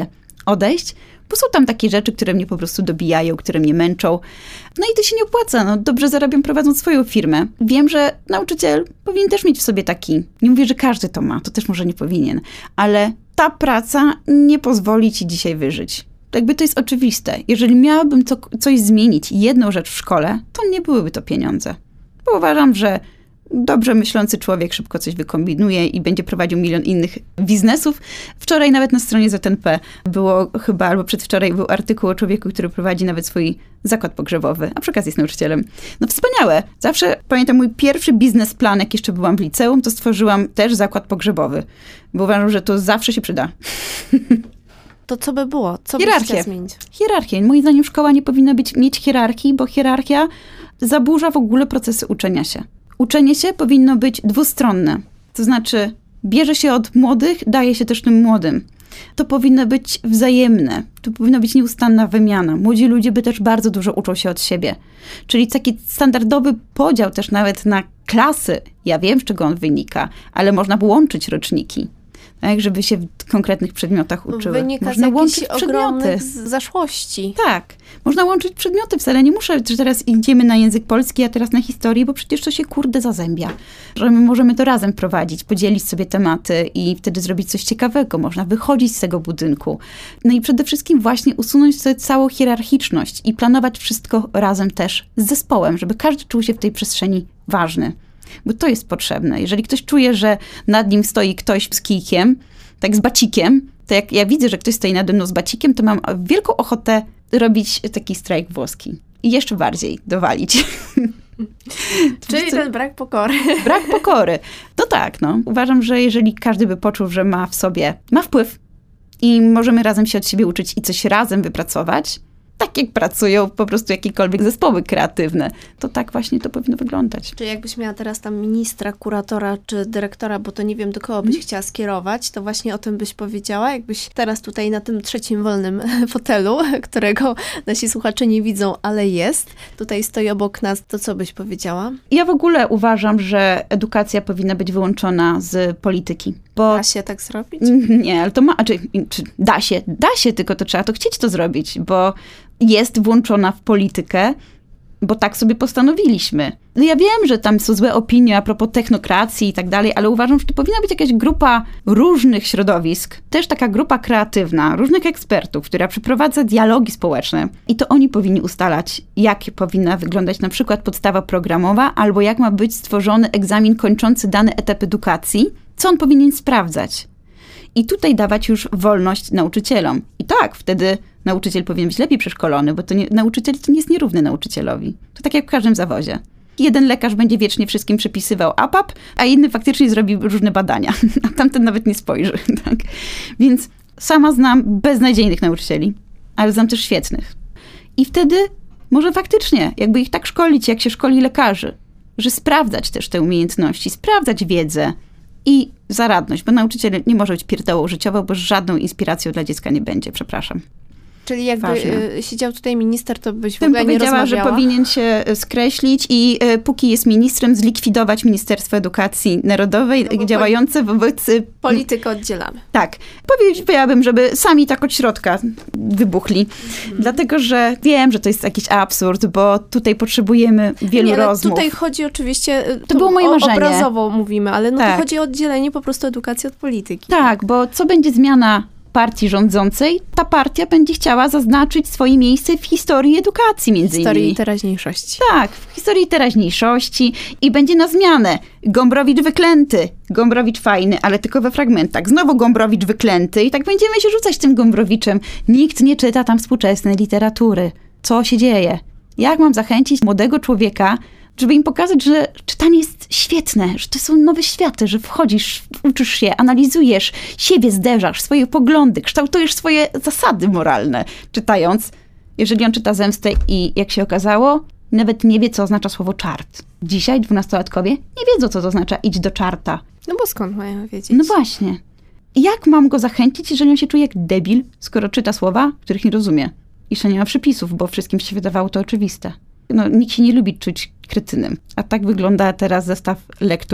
odejść, bo są tam takie rzeczy, które mnie po prostu dobijają, które mnie męczą. No i to się nie opłaca, no dobrze zarabiam prowadząc swoją firmę. Wiem, że nauczyciel powinien też mieć w sobie taki, nie mówię, że każdy to ma, to też może nie powinien, ale ta praca nie pozwoli ci dzisiaj wyżyć. Jakby to jest oczywiste. Jeżeli miałabym co, coś zmienić, jedną rzecz w szkole, to nie byłyby to pieniądze. Bo uważam, że dobrze myślący człowiek szybko coś wykombinuje i będzie prowadził milion innych biznesów. Wczoraj nawet na stronie Z N P było chyba, albo przedwczoraj był artykuł o człowieku, który prowadzi nawet swój zakład pogrzebowy, a przy okazji jest nauczycielem. No wspaniałe. Zawsze pamiętam mój pierwszy biznesplan, jak jeszcze byłam w liceum, to stworzyłam też zakład pogrzebowy, bo uważam, że to zawsze się przyda. To co by było? Co byś chciała zmienić? Hierarchię. Moim zdaniem szkoła nie powinna być, mieć hierarchii, bo hierarchia zaburza w ogóle procesy uczenia się. Uczenie się powinno być dwustronne. To znaczy, bierze się od młodych, daje się też tym młodym. To powinno być wzajemne. To powinna być nieustanna wymiana. Młodzi ludzie by też bardzo dużo uczą się od siebie. Czyli taki standardowy podział też nawet na klasy. Ja wiem, z czego on wynika, ale można by łączyć roczniki. Tak, żeby się w konkretnych przedmiotach uczyły. Wynika można z łączyć jakichś przedmioty. ogromnych zaszłości. Tak. Można łączyć przedmioty. Wcale nie muszę, że teraz idziemy na język polski, a teraz na historię, bo przecież to się kurde zazębia. Że my możemy to razem prowadzić, podzielić sobie tematy i wtedy zrobić coś ciekawego. Można wychodzić z tego budynku. No i przede wszystkim właśnie usunąć sobie całą hierarchiczność i planować wszystko razem też z zespołem, żeby każdy czuł się w tej przestrzeni ważny. Bo to jest potrzebne. Jeżeli ktoś czuje, że nad nim stoi ktoś z kijkiem, tak z bacikiem, to jak ja widzę, że ktoś stoi nade mną z bacikiem, to mam wielką ochotę robić taki strajk włoski. I jeszcze bardziej dowalić. Czyli ten brak pokory. Brak pokory. To tak, no. Uważam, że jeżeli każdy by poczuł, że ma w sobie, ma wpływ i możemy razem się od siebie uczyć i coś razem wypracować, tak jak pracują po prostu jakiekolwiek zespoły kreatywne, to tak właśnie to powinno wyglądać. Czy jakbyś miała teraz tam ministra, kuratora czy dyrektora, bo to nie wiem, do kogo byś hmm. chciała skierować, to właśnie o tym byś powiedziała? Jakbyś teraz tutaj na tym trzecim wolnym fotelu, którego nasi słuchacze nie widzą, ale jest, tutaj stoi obok nas, to co byś powiedziała? Ja w ogóle uważam, że edukacja powinna być wyłączona z polityki. Bo... Da się tak zrobić? Nie, ale to ma, czy, czy da się, da się, tylko to trzeba to chcieć to zrobić, bo jest włączona w politykę, bo tak sobie postanowiliśmy. No ja wiem, że tam są złe opinie a propos technokracji i tak dalej, ale uważam, że to powinna być jakaś grupa różnych środowisk, też taka grupa kreatywna, różnych ekspertów, która przeprowadza dialogi społeczne i to oni powinni ustalać, jak powinna wyglądać na przykład podstawa programowa, albo jak ma być stworzony egzamin kończący dany etap edukacji, co on powinien sprawdzać. I tutaj dawać już wolność nauczycielom. I tak, wtedy nauczyciel powinien być lepiej przeszkolony, bo to nie, nauczyciel to nie jest nierówny nauczycielowi. To tak jak w każdym zawodzie. Jeden lekarz będzie wiecznie wszystkim przepisywał A P A P, a inny faktycznie zrobi różne badania. A tamten nawet nie spojrzy. Tak? Więc sama znam beznadziejnych nauczycieli, ale znam też świetnych. I wtedy może faktycznie, jakby ich tak szkolić, jak się szkoli lekarzy, że sprawdzać też te umiejętności, sprawdzać wiedzę, i zaradność, bo nauczyciel nie może być pierdołą życiową, bo żadną inspiracją dla dziecka nie będzie, przepraszam. Czyli jakby y, siedział tutaj minister, to byś w Tym ogóle nie powiedziała, rozmawiała? że powinien się skreślić i y, póki jest ministrem, zlikwidować Ministerstwo Edukacji Narodowej, no działające wobec... Politykę oddzielamy. Tak. Powiedziałabym, żeby sami tak od środka wybuchli. Hmm. Dlatego, że wiem, że to jest jakiś absurd, bo tutaj potrzebujemy wielu nie, rozmów. Tutaj chodzi oczywiście... To, to było moje o, marzenie. Obrazowo mówimy, ale no tak. to chodzi o oddzielenie po prostu edukacji od polityki. Tak, bo co będzie zmiana partii rządzącej, ta partia będzie chciała zaznaczyć swoje miejsce w historii edukacji między innymi. W historii teraźniejszości. Tak, w historii teraźniejszości i będzie na zmianę. Gombrowicz wyklęty, Gombrowicz fajny, ale tylko we fragmentach. Znowu Gombrowicz wyklęty i tak będziemy się rzucać tym Gombrowiczem. Nikt nie czyta tam współczesnej literatury. Co się dzieje? Jak mam zachęcić młodego człowieka, żeby im pokazać, że czytanie jest świetne, że to są nowe światy, że wchodzisz, uczysz się, analizujesz, siebie zderzasz, swoje poglądy, kształtujesz swoje zasady moralne, czytając. Jeżeli on czyta Zemstę i jak się okazało, nawet nie wie, co oznacza słowo czart. Dzisiaj dwunastolatkowie nie wiedzą, co to oznacza idź do czarta. No bo skąd mają wiedzieć? No właśnie. Jak mam go zachęcić, jeżeli on się czuje jak debil, skoro czyta słowa, których nie rozumie? Jeszcze nie ma przypisów, bo wszystkim się wydawało to oczywiste. No, nikt się nie lubi czuć kretynem. A tak wygląda teraz zestaw lektur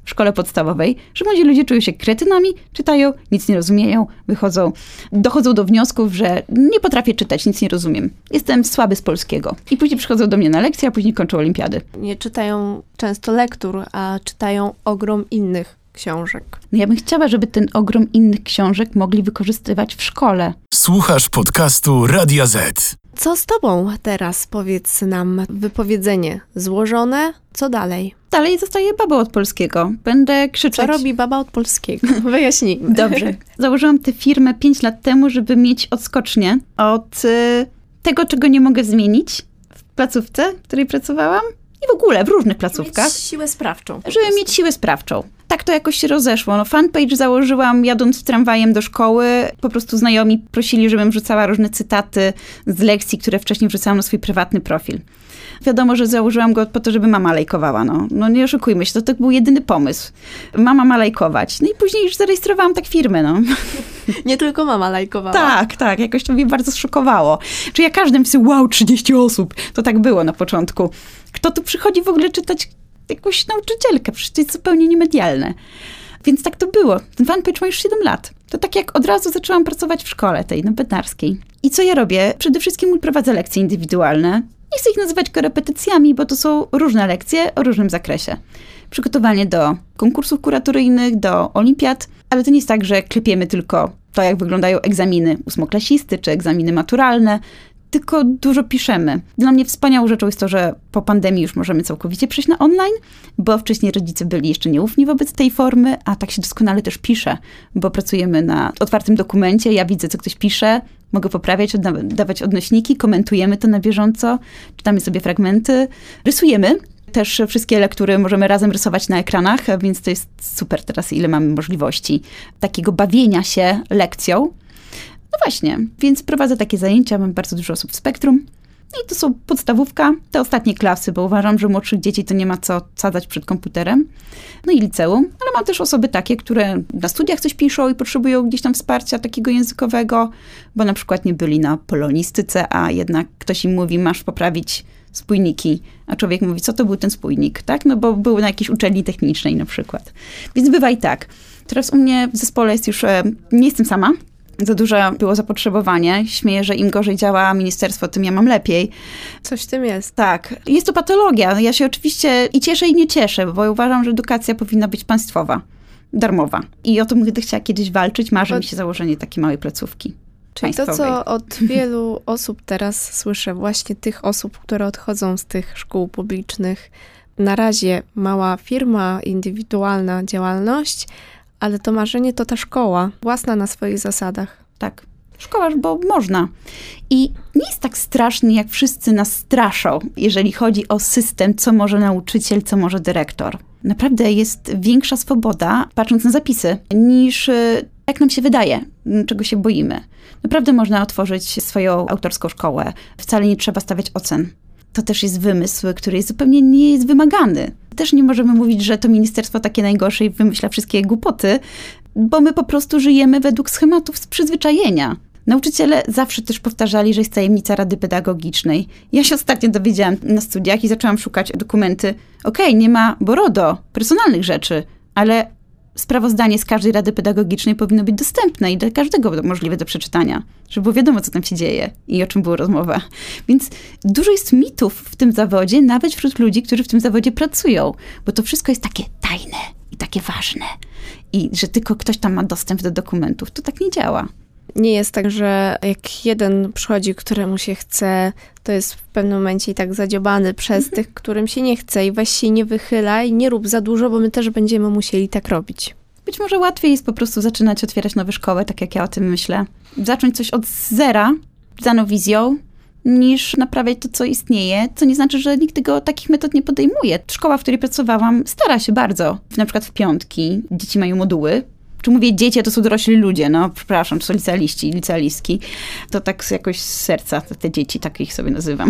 w szkole podstawowej, że młodzi ludzie czują się kretynami, czytają, nic nie rozumieją, wychodzą, dochodzą do wniosków, że nie potrafię czytać, nic nie rozumiem. Jestem słaby z polskiego. I później przychodzą do mnie na lekcje, a później kończą olimpiady. Nie czytają często lektur, a czytają ogrom innych książek. No ja bym chciała, żeby ten ogrom innych książek mogli wykorzystywać w szkole. Słuchasz podcastu Radia Z. Co z tobą teraz? Powiedz nam. Wypowiedzenie złożone. Co dalej? Dalej zostaję babą od polskiego. Będę krzyczeć. Co robi baba od polskiego? Wyjaśnijmy. Dobrze. Założyłam tę firmę pięć lat temu, żeby mieć odskocznię od y, tego, czego nie mogę zmienić w placówce, w której pracowałam i w ogóle w różnych placówkach. Mieć siłę sprawczą. Żeby mieć siłę sprawczą. Tak to jakoś się rozeszło. No, fanpage założyłam jadąc tramwajem do szkoły. Po prostu znajomi prosili, żebym wrzucała różne cytaty z lekcji, które wcześniej wrzucałam na swój prywatny profil. Wiadomo, że założyłam go po to, żeby mama lajkowała. No, no nie oszukujmy się, to, to był jedyny pomysł. Mama ma lajkować. No i później już zarejestrowałam tak firmę, no. Nie tylko mama lajkowała. Tak, tak. Jakoś to mnie bardzo zszokowało. Czy ja każdym wsy, wow, trzydzieści osób. To tak było na początku. Kto tu przychodzi w ogóle czytać jakąś nauczycielkę? Przecież to jest zupełnie niemedialne. Więc tak to było. Ten fanpage ma już siedem lat. To tak jak od razu zaczęłam pracować w szkole tej, no bednarskiej. I co ja robię? Przede wszystkim prowadzę lekcje indywidualne. Nie chcę ich nazywać korepetycjami, bo to są różne lekcje o różnym zakresie. Przygotowanie do konkursów kuratoryjnych, do olimpiad, ale to nie jest tak, że klepiemy tylko to, jak wyglądają egzaminy ósmoklasisty czy egzaminy maturalne, tylko dużo piszemy. Dla mnie wspaniałą rzeczą jest to, że po pandemii już możemy całkowicie przejść na online, bo wcześniej rodzice byli jeszcze nieufni wobec tej formy, a tak się doskonale też pisze, bo pracujemy na otwartym dokumencie, ja widzę, co ktoś pisze, mogę poprawiać, dawać odnośniki, komentujemy to na bieżąco, czytamy sobie fragmenty, rysujemy. Też wszystkie lektury możemy razem rysować na ekranach, więc to jest super teraz, ile mamy możliwości takiego bawienia się lekcją. No właśnie, więc prowadzę takie zajęcia, mam bardzo dużo osób w spektrum. I to są podstawówka, te ostatnie klasy, bo uważam, że młodszych dzieci to nie ma co sadzać przed komputerem. No i liceum, ale mam też osoby takie, które na studiach coś piszą i potrzebują gdzieś tam wsparcia takiego językowego, bo na przykład nie byli na polonistyce, a jednak ktoś im mówi, masz poprawić spójniki, a człowiek mówi, co to był ten spójnik, tak? No bo był na jakiejś uczelni technicznej na przykład. Więc bywa i tak. Teraz u mnie w zespole jest już, nie jestem sama, za duże było zapotrzebowanie. Śmieję, że im gorzej działa ministerstwo, tym ja mam lepiej. Coś w tym jest. Tak. Jest to patologia. Ja się oczywiście i cieszę, i nie cieszę, bo uważam, że edukacja powinna być państwowa, darmowa. I o to będę chciała kiedyś walczyć. Marzy Od... mi się założenie takiej małej placówki. Czyli to, co od wielu osób teraz słyszę, właśnie tych osób, które odchodzą z tych szkół publicznych, na razie mała firma, indywidualna działalność, ale to marzenie to ta szkoła, własna na swoich zasadach. Tak. Szkoła, bo można. I nie jest tak strasznie, jak wszyscy nas straszą, jeżeli chodzi o system, co może nauczyciel, co może dyrektor. Naprawdę jest większa swoboda, patrząc na zapisy, niż jak nam się wydaje, czego się boimy. Naprawdę można otworzyć swoją autorską szkołę. Wcale nie trzeba stawiać ocen. To też jest wymysł, który jest zupełnie nie jest wymagany. Też nie możemy mówić, że to ministerstwo takie najgorsze i wymyśla wszystkie głupoty, bo my po prostu żyjemy według schematów z przyzwyczajenia. Nauczyciele zawsze też powtarzali, że jest tajemnica Rady Pedagogicznej. Ja się ostatnio dowiedziałam na studiach i zaczęłam szukać dokumenty. Okej, okay, nie ma BORODO, personalnych rzeczy, ale sprawozdanie z każdej Rady Pedagogicznej powinno być dostępne i dla każdego możliwe do przeczytania, żeby było wiadomo, co tam się dzieje i o czym była rozmowa. Więc dużo jest mitów w tym zawodzie, nawet wśród ludzi, którzy w tym zawodzie pracują, bo to wszystko jest takie tajne i takie ważne i że tylko ktoś tam ma dostęp do dokumentów. To tak nie działa. Nie jest tak, że jak jeden przychodzi, któremu się chce, to jest w pewnym momencie i tak zadziobany przez tych, którym się nie chce i weź się nie wychylaj, nie rób za dużo, bo my też będziemy musieli tak robić. Być może łatwiej jest po prostu zaczynać otwierać nowe szkoły, tak jak ja o tym myślę. Zacząć coś od zera, z daną wizją, niż naprawiać to, co istnieje, co nie znaczy, że nikt tego takich metod nie podejmuje. Szkoła, w której pracowałam, stara się bardzo. Na przykład w piątki dzieci mają moduły. Czy mówię dzieci, a to są dorośli ludzie, no przepraszam, to są licealiści, licealistki. To tak jakoś z serca, te dzieci, tak ich sobie nazywam.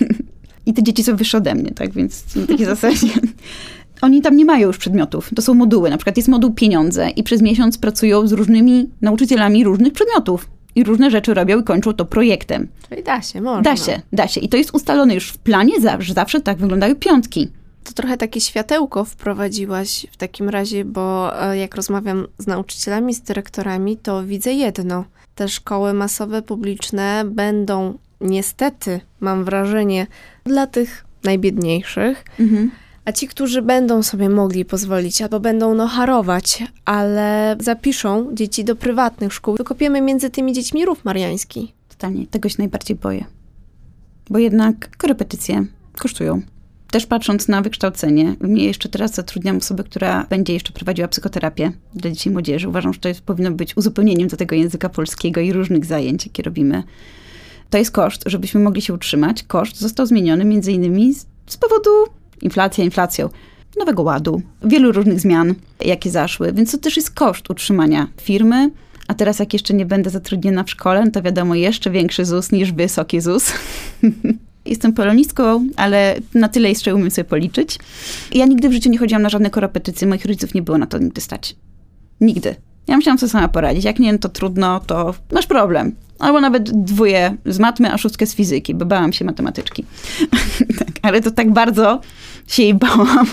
I te dzieci są wyższe ode mnie, tak, więc na takiej zasadzie. Oni tam nie mają już przedmiotów, to są moduły. Na przykład jest moduł pieniądze i przez miesiąc pracują z różnymi nauczycielami różnych przedmiotów. I różne rzeczy robią i kończą to projektem. Czyli da się, można. Da się, da się. I to jest ustalone już w planie, że zawsze tak wyglądają piątki. To trochę takie światełko wprowadziłaś w takim razie, bo jak rozmawiam z nauczycielami, z dyrektorami, to widzę jedno. Te szkoły masowe, publiczne będą niestety, mam wrażenie, dla tych najbiedniejszych, mhm. a ci, którzy będą sobie mogli pozwolić, albo będą no harować, ale zapiszą dzieci do prywatnych szkół, wykopiemy między tymi dziećmi rów mariański. Totalnie, tego się najbardziej boję. Bo jednak korepetycje kosztują. Też patrząc na wykształcenie, mnie jeszcze teraz zatrudniam osobę, która będzie jeszcze prowadziła psychoterapię dla dzieci i młodzieży. Uważam, że to jest, powinno być uzupełnieniem do tego języka polskiego i różnych zajęć, jakie robimy. To jest koszt, żebyśmy mogli się utrzymać. Koszt został zmieniony między innymi z, z powodu inflacji, inflacją, Nowego Ładu, wielu różnych zmian, jakie zaszły. Więc to też jest koszt utrzymania firmy. A teraz jak jeszcze nie będę zatrudniona w szkole, no to wiadomo, jeszcze większy ZUS niż wysoki ZUS. Jestem polonistką, ale na tyle jeszcze umiem sobie policzyć. Ja nigdy w życiu nie chodziłam na żadne korepetycje. Moich rodziców nie było na to nigdy stać. Nigdy. Ja musiałam sobie sama poradzić. Jak nie, to trudno, to masz problem. Albo nawet dwóje z matmy, a szóstkę z fizyki, bo bałam się matematyczki. Tak, ale to tak bardzo się jej bałam,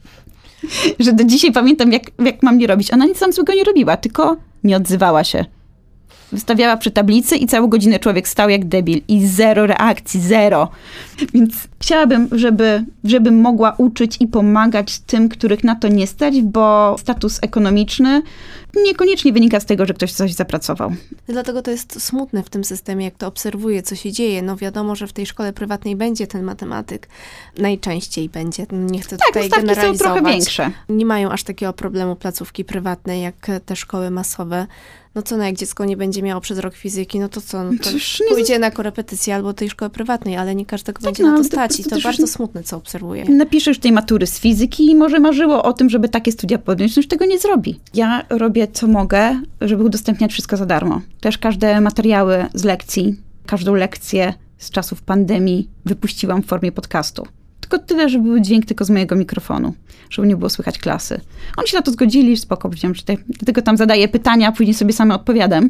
że do dzisiaj pamiętam, jak, jak mam nie robić. Ona nic tam złego nie robiła, tylko nie odzywała się. Wystawiała przy tablicy i całą godzinę człowiek stał jak debil i zero reakcji, zero. Więc chciałabym, żeby, żebym mogła uczyć i pomagać tym, których na to nie stać, bo status ekonomiczny niekoniecznie wynika z tego, że ktoś coś zapracował. Dlatego to jest smutne w tym systemie, jak to obserwuję, co się dzieje. No wiadomo, że w tej szkole prywatnej będzie ten matematyk. Najczęściej będzie. Nie chcę tak, tutaj generalizować. Tak, są trochę większe. Nie mają aż takiego problemu placówki prywatne, jak te szkoły masowe. No co, no jak dziecko nie będzie miało przez rok fizyki, no to co? No to pójdzie na korepetycję albo tej szkoły prywatnej, ale nie każdego tak, będzie no, na to stać. I to, to bardzo nie... smutne, co obserwuję. Napiszesz tej matury z fizyki i może marzyło o tym, żeby takie studia podjąć, no już tego nie zrobi. Ja robię co mogę, żeby udostępniać wszystko za darmo. Też każde materiały z lekcji, każdą lekcję z czasów pandemii wypuściłam w formie podcastu. Tylko tyle, żeby był dźwięk tylko z mojego mikrofonu, żeby nie było słychać klasy. Oni się na to zgodzili, spoko, powiedziałam, że tylko tam zadaję pytania, a później sobie sama odpowiadam.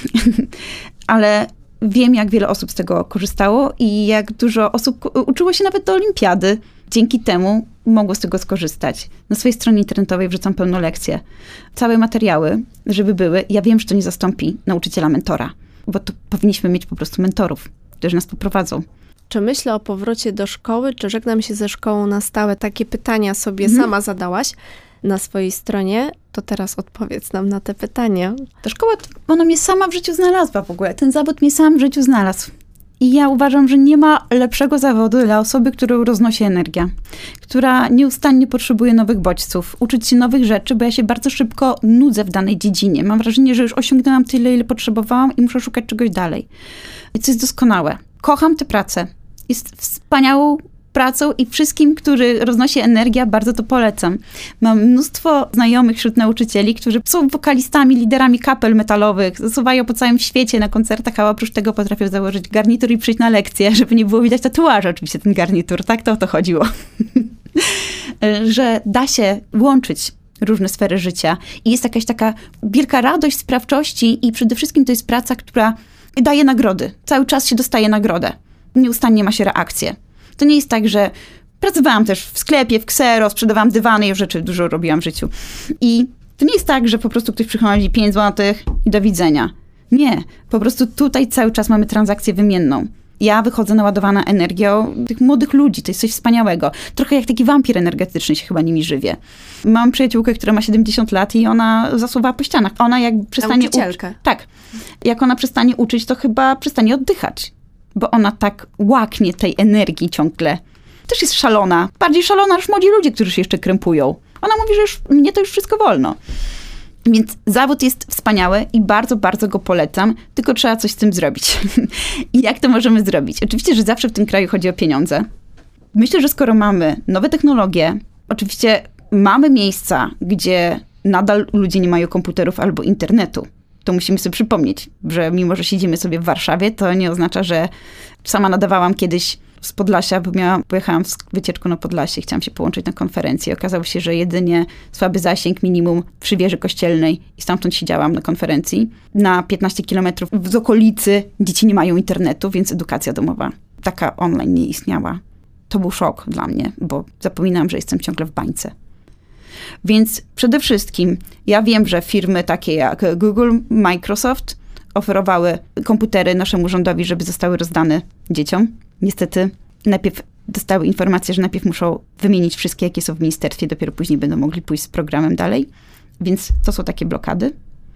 Ale wiem, jak wiele osób z tego korzystało i jak dużo osób uczyło się nawet do olimpiady. Dzięki temu mogło z tego skorzystać. Na swojej stronie internetowej wrzucam pełno lekcje. Całe materiały, żeby były. Ja wiem, że to nie zastąpi nauczyciela mentora, bo to powinniśmy mieć po prostu mentorów, którzy nas poprowadzą. Czy myślę o powrocie do szkoły, czy żegnam się ze szkołą na stałe? Takie pytania sobie mhm. sama zadałaś na swojej stronie. To teraz odpowiedz nam na te pytania. Ta szkoła, ona mnie sama w życiu znalazła w ogóle. Ten zawód mnie sam w życiu znalazł. I ja uważam, że nie ma lepszego zawodu dla osoby, którą roznosi energia, która nieustannie potrzebuje nowych bodźców, uczyć się nowych rzeczy, bo ja się bardzo szybko nudzę w danej dziedzinie. Mam wrażenie, że już osiągnęłam tyle, ile potrzebowałam i muszę szukać czegoś dalej. I to jest doskonałe. Kocham tę pracę. Jest wspaniałą pracą i wszystkim, którzy roznosi energię, bardzo to polecam. Mam mnóstwo znajomych wśród nauczycieli, którzy są wokalistami, liderami kapel metalowych, zasuwają po całym świecie na koncertach, a oprócz tego potrafią założyć garnitur i przyjść na lekcję, żeby nie było widać tatuaża, oczywiście ten garnitur, tak to o to chodziło. Że da się łączyć różne sfery życia i jest jakaś taka wielka radość, sprawczości i przede wszystkim to jest praca, która daje nagrody. Cały czas się dostaje nagrodę. Nieustannie ma się reakcję. To nie jest tak, że pracowałam też w sklepie, w Ksero, sprzedawałam dywany i rzeczy dużo robiłam w życiu. I to nie jest tak, że po prostu ktoś przychodzi pięć złotych i do widzenia. Nie. Po prostu tutaj cały czas mamy transakcję wymienną. Ja wychodzę naładowana energią tych młodych ludzi. To jest coś wspaniałego. Trochę jak taki wampir energetyczny się chyba nimi żywię. Mam przyjaciółkę, która ma siedemdziesiąt lat i ona zasuwa po ścianach. Ona jak przestanie uczyć... Tak. Jak ona przestanie uczyć, to chyba przestanie oddychać. Bo ona tak łaknie tej energii ciągle. Też jest szalona. Bardziej szalona niż młodzi ludzie, którzy się jeszcze krępują. Ona mówi, że już, mnie to już wszystko wolno. Więc zawód jest wspaniały i bardzo, bardzo go polecam, tylko trzeba coś z tym zrobić. I jak to możemy zrobić? Oczywiście, że zawsze w tym kraju chodzi o pieniądze. Myślę, że skoro mamy nowe technologie, oczywiście mamy miejsca, gdzie nadal ludzie nie mają komputerów albo internetu. To musimy sobie przypomnieć, że mimo, że siedzimy sobie w Warszawie, to nie oznacza, że sama nadawałam kiedyś z Podlasia, bo miałam, pojechałam w wycieczkę na Podlasie, chciałam się połączyć na konferencję. Okazało się, że jedynie słaby zasięg minimum przy wieży kościelnej i stamtąd siedziałam na konferencji. Na piętnaście kilometrów z okolicy dzieci nie mają internetu, więc edukacja domowa taka online nie istniała. to był szok dla mnie, bo zapominam, że jestem ciągle w bańce. Więc przede wszystkim ja wiem, że firmy takie jak Google, Microsoft oferowały komputery naszemu rządowi, żeby zostały rozdane dzieciom. Niestety najpierw dostały informację, że najpierw muszą wymienić wszystkie, jakie są w ministerstwie, dopiero później będą mogli pójść z programem dalej. Więc to są takie blokady.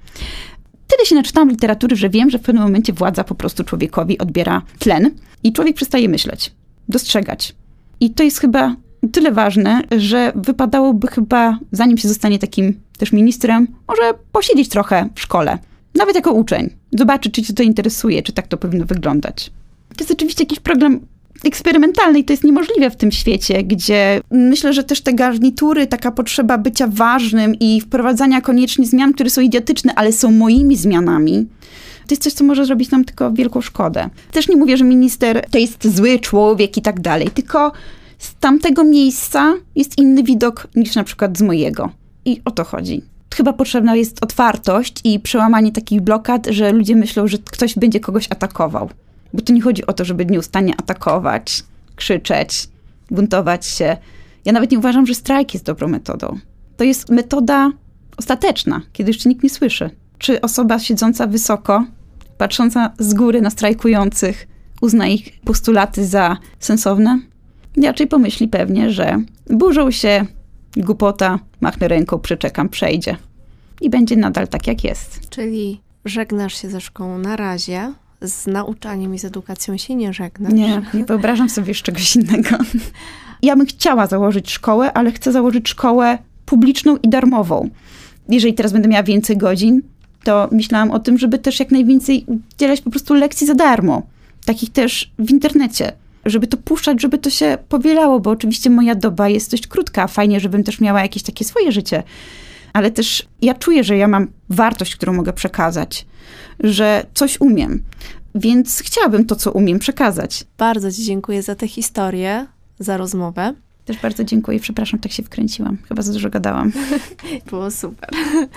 Tyle się naczytałam literatury, że wiem, że w pewnym momencie władza po prostu człowiekowi odbiera tlen i człowiek przestaje myśleć, dostrzegać. I to jest chyba tyle ważne, że wypadałoby chyba, zanim się zostanie takim też ministrem, może posiedzieć trochę w szkole. Nawet jako uczeń. Zobaczyć, czy cię to interesuje, czy tak to powinno wyglądać. To jest oczywiście jakiś program eksperymentalny i to jest niemożliwe w tym świecie, gdzie myślę, że też te garnitury, taka potrzeba bycia ważnym i wprowadzania koniecznie zmian, które są idiotyczne, ale są moimi zmianami, to jest coś, co może zrobić nam tylko wielką szkodę. Też nie mówię, że minister to jest zły człowiek i tak dalej, tylko z tamtego miejsca jest inny widok niż na przykład z mojego. I o to chodzi. Chyba potrzebna jest otwartość i przełamanie takich blokad, że ludzie myślą, że ktoś będzie kogoś atakował. Bo tu nie chodzi o to, żeby nieustannie atakować, krzyczeć, buntować się. Ja nawet nie uważam, że strajk jest dobrą metodą. To jest metoda ostateczna, kiedy jeszcze nikt nie słyszy. Czy osoba siedząca wysoko, patrząca z góry na strajkujących, uzna ich postulaty za sensowne? Raczej pomyśli pewnie, że burzą się, głupota, machnę ręką, przeczekam, przejdzie. I będzie nadal tak, jak jest. Czyli żegnasz się ze szkołą na razie, z nauczaniem i z edukacją się nie żegnasz? Nie, nie wyobrażam sobie już czegoś innego. Ja bym chciała założyć szkołę, ale chcę założyć szkołę publiczną i darmową. Jeżeli teraz będę miała więcej godzin, to myślałam o tym, żeby też jak najwięcej udzielać po prostu lekcji za darmo. Takich też w internecie. Żeby to puszczać, żeby to się powielało, bo oczywiście moja doba jest dość krótka. Fajnie, żebym też miała jakieś takie swoje życie. Ale też ja czuję, że ja mam wartość, którą mogę przekazać. Że coś umiem. Więc chciałabym to, co umiem, przekazać. Bardzo ci dziękuję za tę historię, za rozmowę. Też bardzo dziękuję. Przepraszam, tak się wkręciłam. Chyba za dużo gadałam. Było super.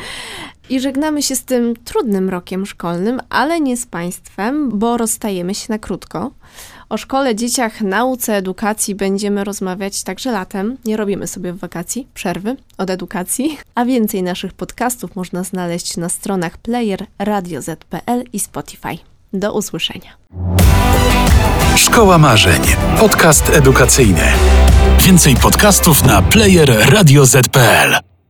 I żegnamy się z tym trudnym rokiem szkolnym, ale nie z państwem, bo rozstajemy się na krótko. O szkole, dzieciach, nauce, edukacji będziemy rozmawiać także latem. Nie robimy sobie w wakacji przerwy od edukacji. A więcej naszych podcastów można znaleźć na stronach Player, Radio Z kropka P L i Spotify. Do usłyszenia. Szkoła Marzeń. Podcast edukacyjny. Więcej podcastów na player radio zet kropka P L.